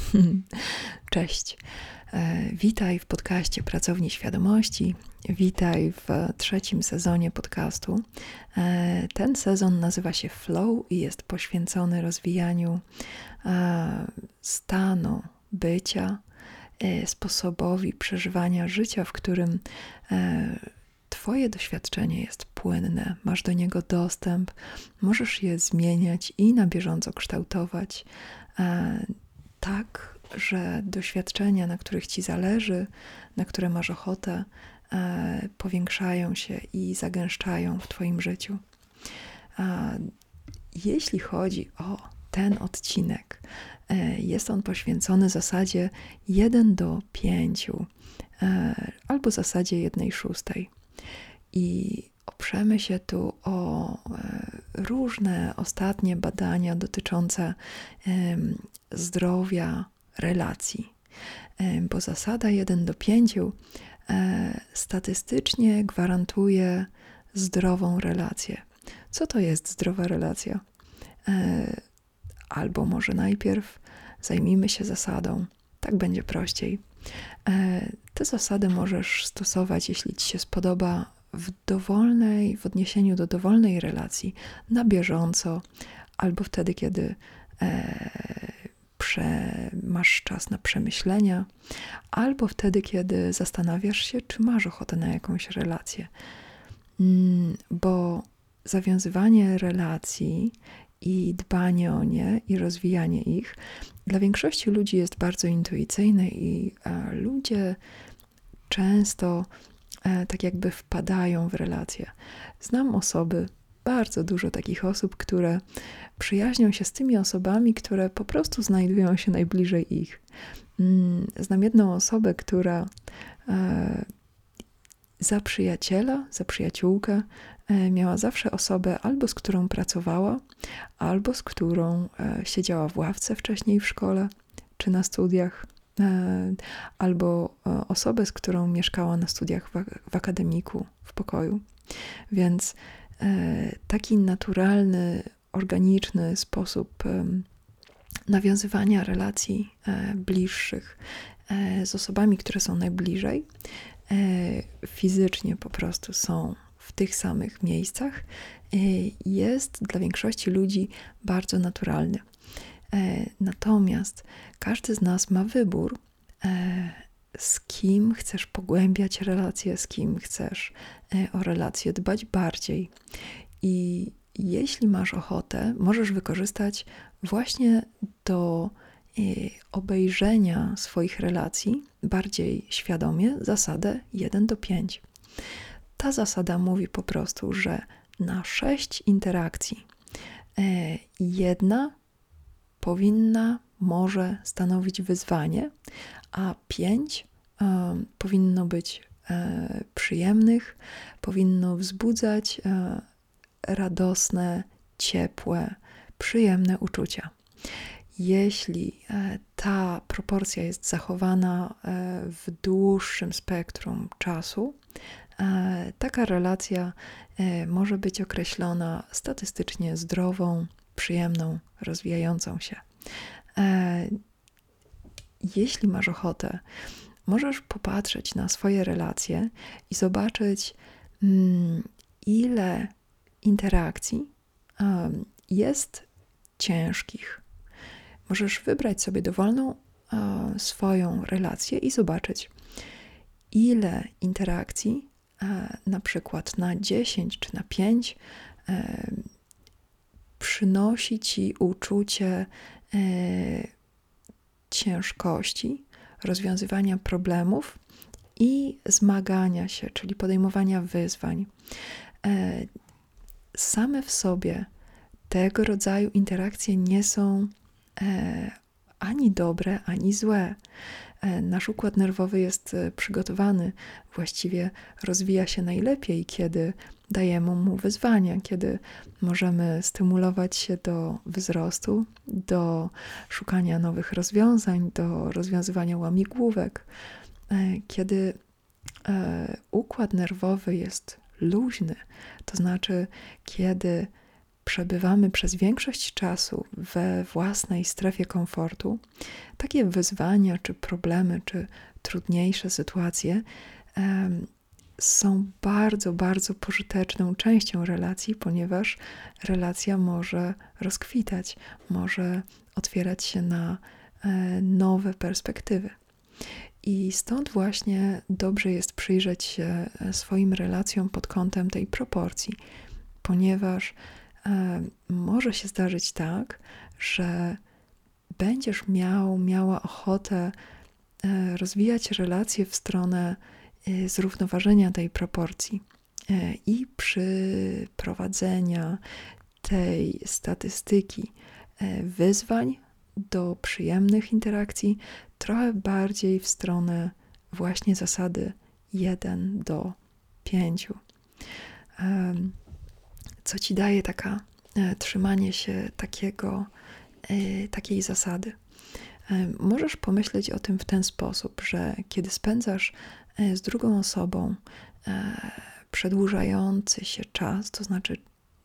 Cześć. Witaj w podcaście Pracowni Świadomości. Witaj w trzecim sezonie podcastu. Ten sezon nazywa się Flow i jest poświęcony rozwijaniu stanu bycia, sposobowi przeżywania życia, w którym Twoje doświadczenie jest płynne, masz do niego dostęp, możesz je zmieniać i na bieżąco kształtować tak, że doświadczenia, na których Ci zależy, na które masz ochotę, powiększają się i zagęszczają w Twoim życiu. Jeśli chodzi o ten odcinek, jest on poświęcony zasadzie 1:5 albo zasadzie 1/6. I oprzemy się tu o różne ostatnie badania dotyczące zdrowia relacji, bo zasada 1:5 statystycznie gwarantuje zdrową relację. Co to jest zdrowa relacja? Albo może najpierw zajmijmy się zasadą, tak będzie prościej. Tę zasadę możesz stosować, jeśli Ci się spodoba, w odniesieniu do dowolnej relacji, na bieżąco, albo wtedy, kiedy masz czas na przemyślenia, albo wtedy, kiedy zastanawiasz się, czy masz ochotę na jakąś relację. Bo zawiązywanie relacji i dbanie o nie i rozwijanie ich dla większości ludzi jest bardzo intuicyjne i ludzie często tak jakby wpadają w relacje. Znam osoby, bardzo dużo takich osób, które przyjaźnią się z tymi osobami, które po prostu znajdują się najbliżej ich. Znam jedną osobę, która za przyjaciela, za przyjaciółkę miała zawsze osobę albo z którą pracowała, albo z którą siedziała w ławce wcześniej w szkole czy na studiach, albo osobę, z którą mieszkała na studiach w akademiku, w pokoju. Więc taki naturalny, organiczny sposób nawiązywania relacji bliższych z osobami, które są najbliżej, fizycznie po prostu są w tych samych miejscach, jest dla większości ludzi bardzo naturalny. Natomiast każdy z nas ma wybór, z kim chcesz pogłębiać relacje, z kim chcesz o relacje dbać bardziej. I jeśli masz ochotę, możesz wykorzystać właśnie do obejrzenia swoich relacji bardziej świadomie zasadę 1:5. Ta zasada mówi po prostu, że na 6 interakcji jedna może stanowić wyzwanie, a 5 powinno być przyjemnych, powinno wzbudzać radosne, ciepłe, przyjemne uczucia. Jeśli ta proporcja jest zachowana w dłuższym spektrum czasu, taka relacja może być określona statystycznie zdrową, przyjemną, rozwijającą się. Jeśli masz ochotę, możesz popatrzeć na swoje relacje i zobaczyć, ile interakcji jest ciężkich. Możesz wybrać sobie dowolną swoją relację i zobaczyć, ile interakcji, na przykład na 10 czy na 5, przynosi Ci uczucie ciężkości, rozwiązywania problemów i zmagania się, czyli podejmowania wyzwań. Same w sobie tego rodzaju interakcje nie są ani dobre, ani złe. Nasz układ nerwowy jest przygotowany, właściwie rozwija się najlepiej, kiedy dajemy mu wyzwania, kiedy możemy stymulować się do wzrostu, do szukania nowych rozwiązań, do rozwiązywania łamigłówek. Kiedy układ nerwowy jest luźny, to znaczy kiedy przebywamy przez większość czasu we własnej strefie komfortu, takie wyzwania, czy problemy, czy trudniejsze sytuacje są bardzo, bardzo pożyteczną częścią relacji, ponieważ relacja może rozkwitać, może otwierać się na nowe perspektywy. I stąd właśnie dobrze jest przyjrzeć się swoim relacjom pod kątem tej proporcji, ponieważ może się zdarzyć tak, że będziesz miała ochotę rozwijać relacje w stronę zrównoważenia tej proporcji i przyprowadzenia tej statystyki wyzwań do przyjemnych interakcji trochę bardziej w stronę właśnie zasady 1:5. Co ci daje trzymanie się takiej zasady? Możesz pomyśleć o tym w ten sposób, że kiedy spędzasz z drugą osobą przedłużający się czas, to znaczy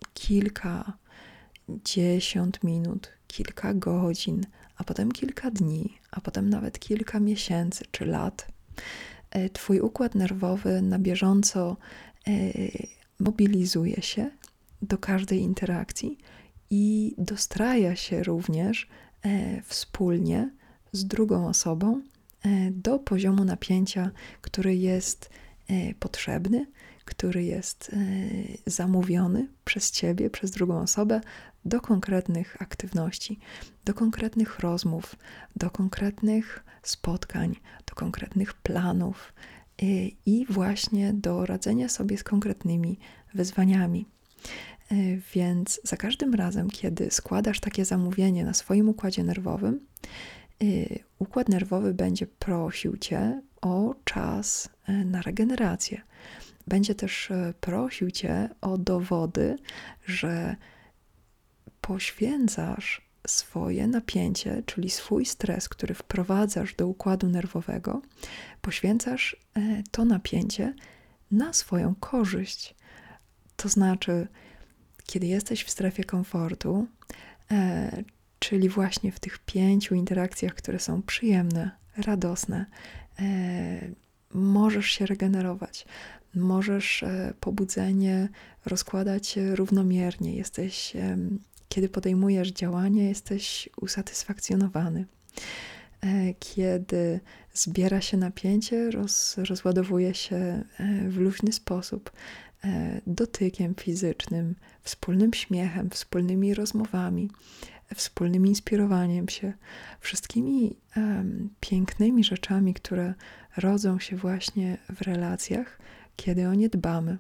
kilkadziesiąt minut, kilka godzin, a potem kilka dni, a potem nawet kilka miesięcy czy lat, twój układ nerwowy na bieżąco mobilizuje się do każdej interakcji i dostraja się również wspólnie z drugą osobą do poziomu napięcia, który jest potrzebny, który jest zamówiony przez ciebie, przez drugą osobę do konkretnych aktywności, do konkretnych rozmów, do konkretnych spotkań, do konkretnych planów i właśnie do radzenia sobie z konkretnymi wyzwaniami. Więc za każdym razem, kiedy składasz takie zamówienie na swoim układzie nerwowym, układ nerwowy będzie prosił cię o czas na regenerację. Będzie też prosił cię o dowody, że poświęcasz swoje napięcie, czyli swój stres, który wprowadzasz do układu nerwowego, poświęcasz to napięcie na swoją korzyść. To znaczy, kiedy jesteś w strefie komfortu, czyli właśnie w tych 5 interakcjach, które są przyjemne, radosne, możesz się regenerować, możesz pobudzenie rozkładać równomiernie, kiedy podejmujesz działanie, jesteś usatysfakcjonowany. Kiedy zbiera się napięcie, rozładowuje się w luźny sposób, dotykiem fizycznym, wspólnym śmiechem, wspólnymi rozmowami, wspólnym inspirowaniem się, wszystkimi pięknymi rzeczami, które rodzą się właśnie w relacjach, kiedy o nie dbamy.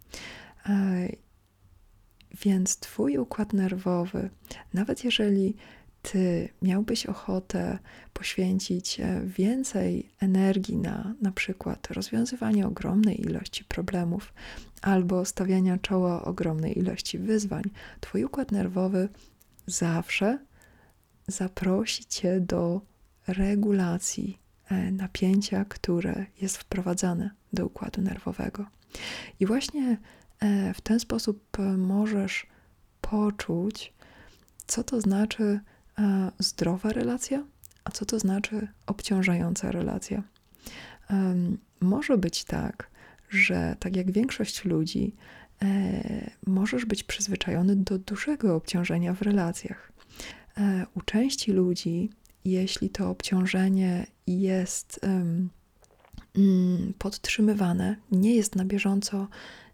Więc twój układ nerwowy, nawet jeżeli ty miałbyś ochotę poświęcić więcej energii na przykład rozwiązywanie ogromnej ilości problemów albo stawiania czoła ogromnej ilości wyzwań, twój układ nerwowy zawsze zaprosi cię do regulacji napięcia, które jest wprowadzane do układu nerwowego. I właśnie w ten sposób możesz poczuć, co to znaczy zdrowa relacja, a co to znaczy obciążająca relacja. Może być tak, że tak jak większość ludzi, możesz być przyzwyczajony do dużego obciążenia w relacjach. U części ludzi, jeśli to obciążenie jest podtrzymywane, nie jest na bieżąco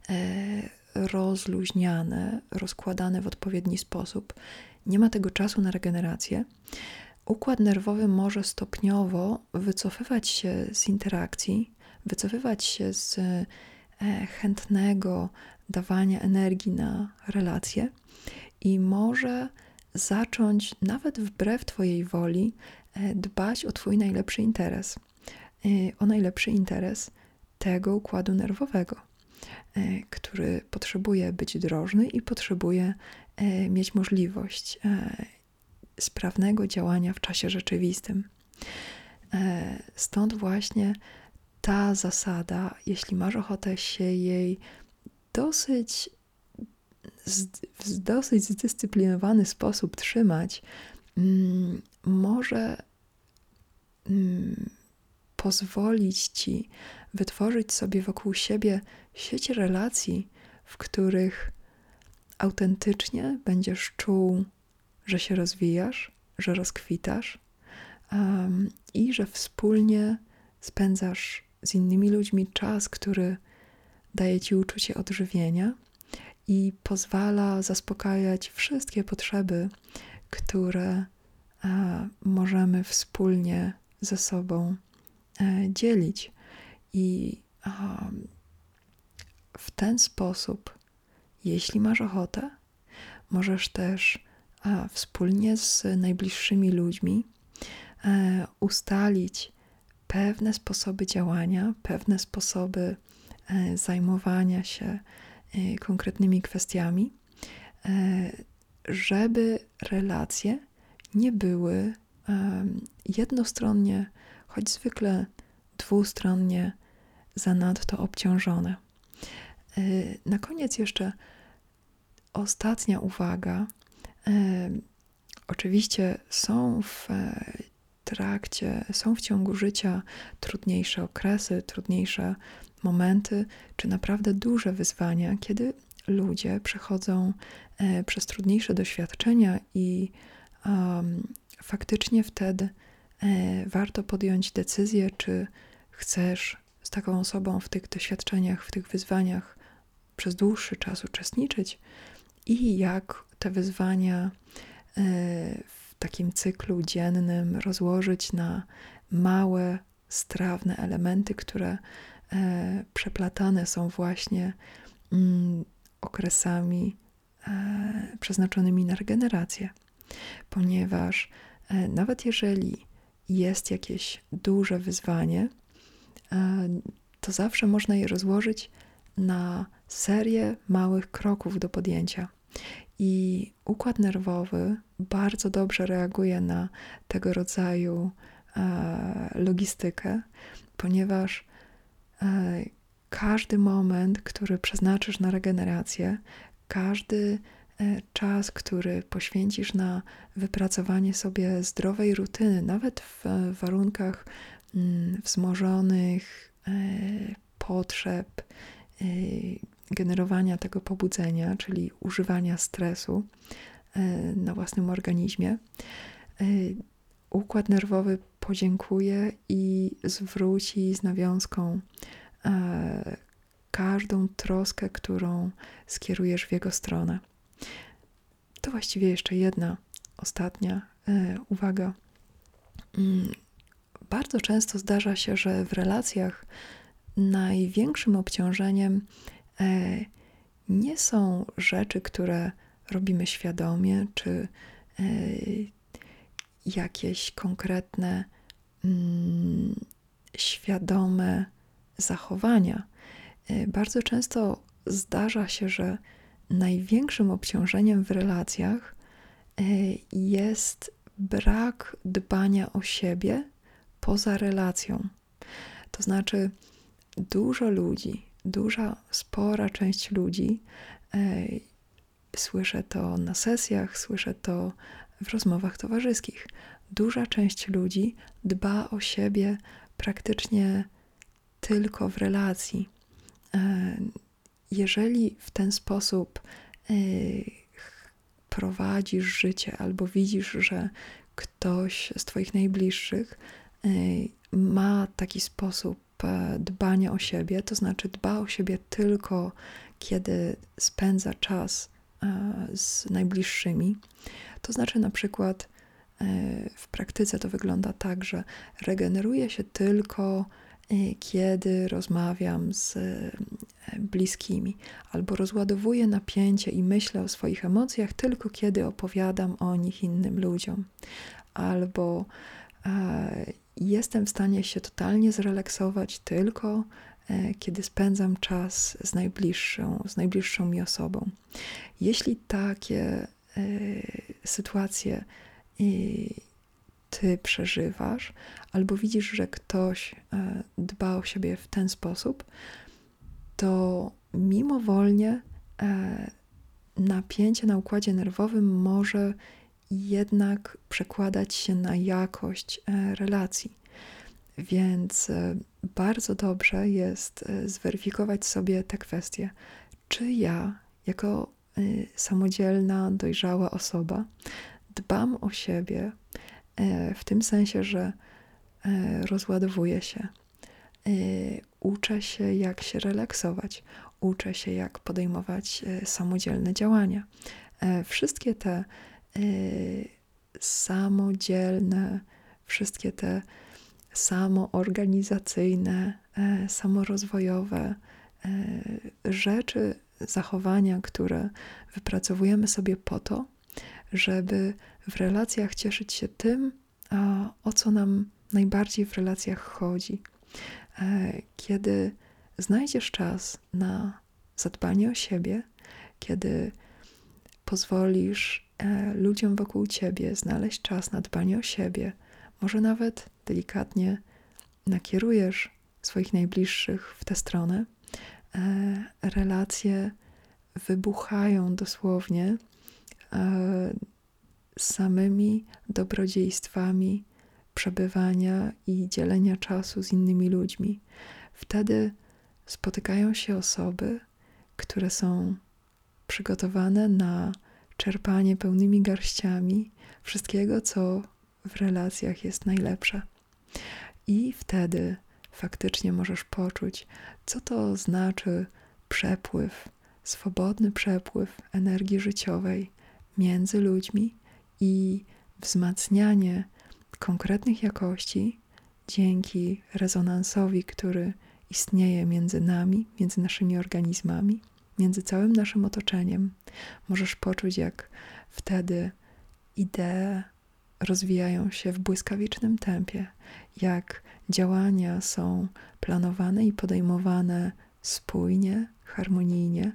rozluźniane, rozkładane w odpowiedni sposób, nie ma tego czasu na regenerację, układ nerwowy może stopniowo wycofywać się z interakcji, wycofywać się z chętnego dawania energii na relacje i może zacząć nawet wbrew twojej woli dbać o twój najlepszy interes, o najlepszy interes tego układu nerwowego, który potrzebuje być drożny i potrzebuje mieć możliwość sprawnego działania w czasie rzeczywistym. Stąd właśnie ta zasada, jeśli masz ochotę się jej dosyć w dosyć zdyscyplinowany sposób trzymać, może pozwolić ci wytworzyć sobie wokół siebie sieć relacji, w których autentycznie będziesz czuł, że się rozwijasz, że rozkwitasz, i że wspólnie spędzasz z innymi ludźmi czas, który daje ci uczucie odżywienia i pozwala zaspokajać wszystkie potrzeby, które możemy wspólnie ze sobą dzielić. I w ten sposób, jeśli masz ochotę, możesz też wspólnie z najbliższymi ludźmi ustalić pewne sposoby działania, pewne sposoby zajmowania się konkretnymi kwestiami, żeby relacje nie były jednostronnie, choć zwykle dwustronnie zanadto obciążone. Na koniec jeszcze ostatnia uwaga. Oczywiście są w ciągu życia trudniejsze okresy, trudniejsze momenty, czy naprawdę duże wyzwania, kiedy ludzie przechodzą przez trudniejsze doświadczenia i faktycznie wtedy warto podjąć decyzję, czy chcesz z taką osobą w tych doświadczeniach, w tych wyzwaniach przez dłuższy czas uczestniczyć i jak te wyzwania w takim cyklu dziennym rozłożyć na małe, strawne elementy, które przeplatane są właśnie okresami przeznaczonymi na regenerację. Ponieważ nawet jeżeli jest jakieś duże wyzwanie, to zawsze można je rozłożyć na serię małych kroków do podjęcia. I układ nerwowy bardzo dobrze reaguje na tego rodzaju logistykę, ponieważ każdy moment, który przeznaczysz na regenerację, każdy czas, który poświęcisz na wypracowanie sobie zdrowej rutyny, nawet w warunkach wzmożonych potrzeb, generowania tego pobudzenia, czyli używania stresu na własnym organizmie, układ nerwowy podziękuje i zwróci z nawiązką każdą troskę, którą skierujesz w jego stronę. To właściwie jeszcze jedna, ostatnia uwaga. Bardzo często zdarza się, że w relacjach największym obciążeniem nie są rzeczy, które robimy świadomie, czy jakieś konkretne, świadome zachowania. Bardzo często zdarza się, że największym obciążeniem w relacjach jest brak dbania o siebie poza relacją. To znaczy, dużo ludzi, spora część ludzi, słyszę to na sesjach, słyszę to w rozmowach towarzyskich, duża część ludzi dba o siebie praktycznie tylko w relacji. Jeżeli w ten sposób prowadzisz życie albo widzisz, że ktoś z twoich najbliższych ma taki sposób dbania o siebie, to znaczy dba o siebie tylko kiedy spędza czas z najbliższymi, to znaczy na przykład w praktyce to wygląda tak, że regeneruję się tylko kiedy rozmawiam z bliskimi, albo rozładowuję napięcie i myślę o swoich emocjach tylko kiedy opowiadam o nich innym ludziom, albo jestem w stanie się totalnie zrelaksować tylko kiedy spędzam czas z najbliższą mi osobą. Jeśli takie sytuacje ty przeżywasz, albo widzisz, że ktoś dba o siebie w ten sposób, to mimowolnie napięcie na układzie nerwowym może jednak przekładać się na jakość relacji. Więc bardzo dobrze jest zweryfikować sobie te kwestie. Czy ja, jako samodzielna, dojrzała osoba, dbam o siebie w tym sensie, że rozładowuję się, uczę się, jak się relaksować, uczę się, jak podejmować samodzielne działania. Wszystkie te samodzielne, wszystkie te samoorganizacyjne, samorozwojowe rzeczy, zachowania, które wypracowujemy sobie po to, żeby w relacjach cieszyć się tym, o co nam najbardziej w relacjach chodzi. Kiedy znajdziesz czas na zadbanie o siebie, kiedy pozwolisz ludziom wokół ciebie znaleźć czas na dbanie o siebie, może nawet delikatnie nakierujesz swoich najbliższych w tę stronę, relacje wybuchają dosłownie samymi dobrodziejstwami przebywania i dzielenia czasu z innymi ludźmi. Wtedy spotykają się osoby, które są przygotowane na czerpanie pełnymi garściami wszystkiego, co w relacjach jest najlepsze. I wtedy faktycznie możesz poczuć, co to znaczy przepływ, swobodny przepływ energii życiowej między ludźmi i wzmacnianie konkretnych jakości dzięki rezonansowi, który istnieje między nami, między naszymi organizmami, między całym naszym otoczeniem. Możesz poczuć, jak wtedy idee rozwijają się w błyskawicznym tempie, jak działania są planowane i podejmowane spójnie, harmonijnie,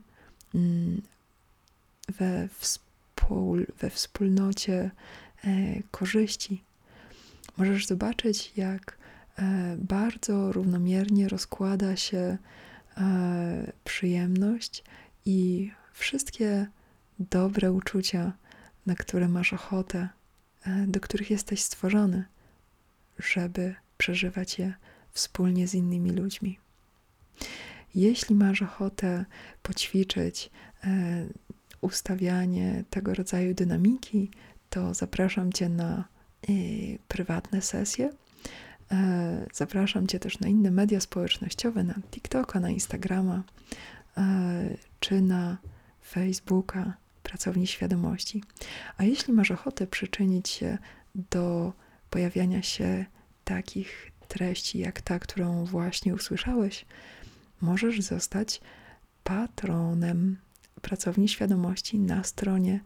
we wspólnocie korzyści. Możesz zobaczyć, jak bardzo równomiernie rozkłada się przyjemność i wszystkie dobre uczucia, na które masz ochotę, do których jesteś stworzony, żeby przeżywać je wspólnie z innymi ludźmi. Jeśli masz ochotę poćwiczyć ustawianie tego rodzaju dynamiki, to zapraszam Cię na prywatne sesje. Zapraszam Cię też na inne media społecznościowe, na TikToka, na Instagrama, czy na Facebooka Pracowni Świadomości. A jeśli masz ochotę przyczynić się do pojawiania się takich treści jak ta, którą właśnie usłyszałeś, możesz zostać patronem Pracowni Świadomości na stronie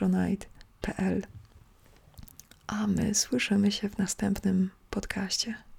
patronite.pl. A my słyszymy się w następnym podcaście.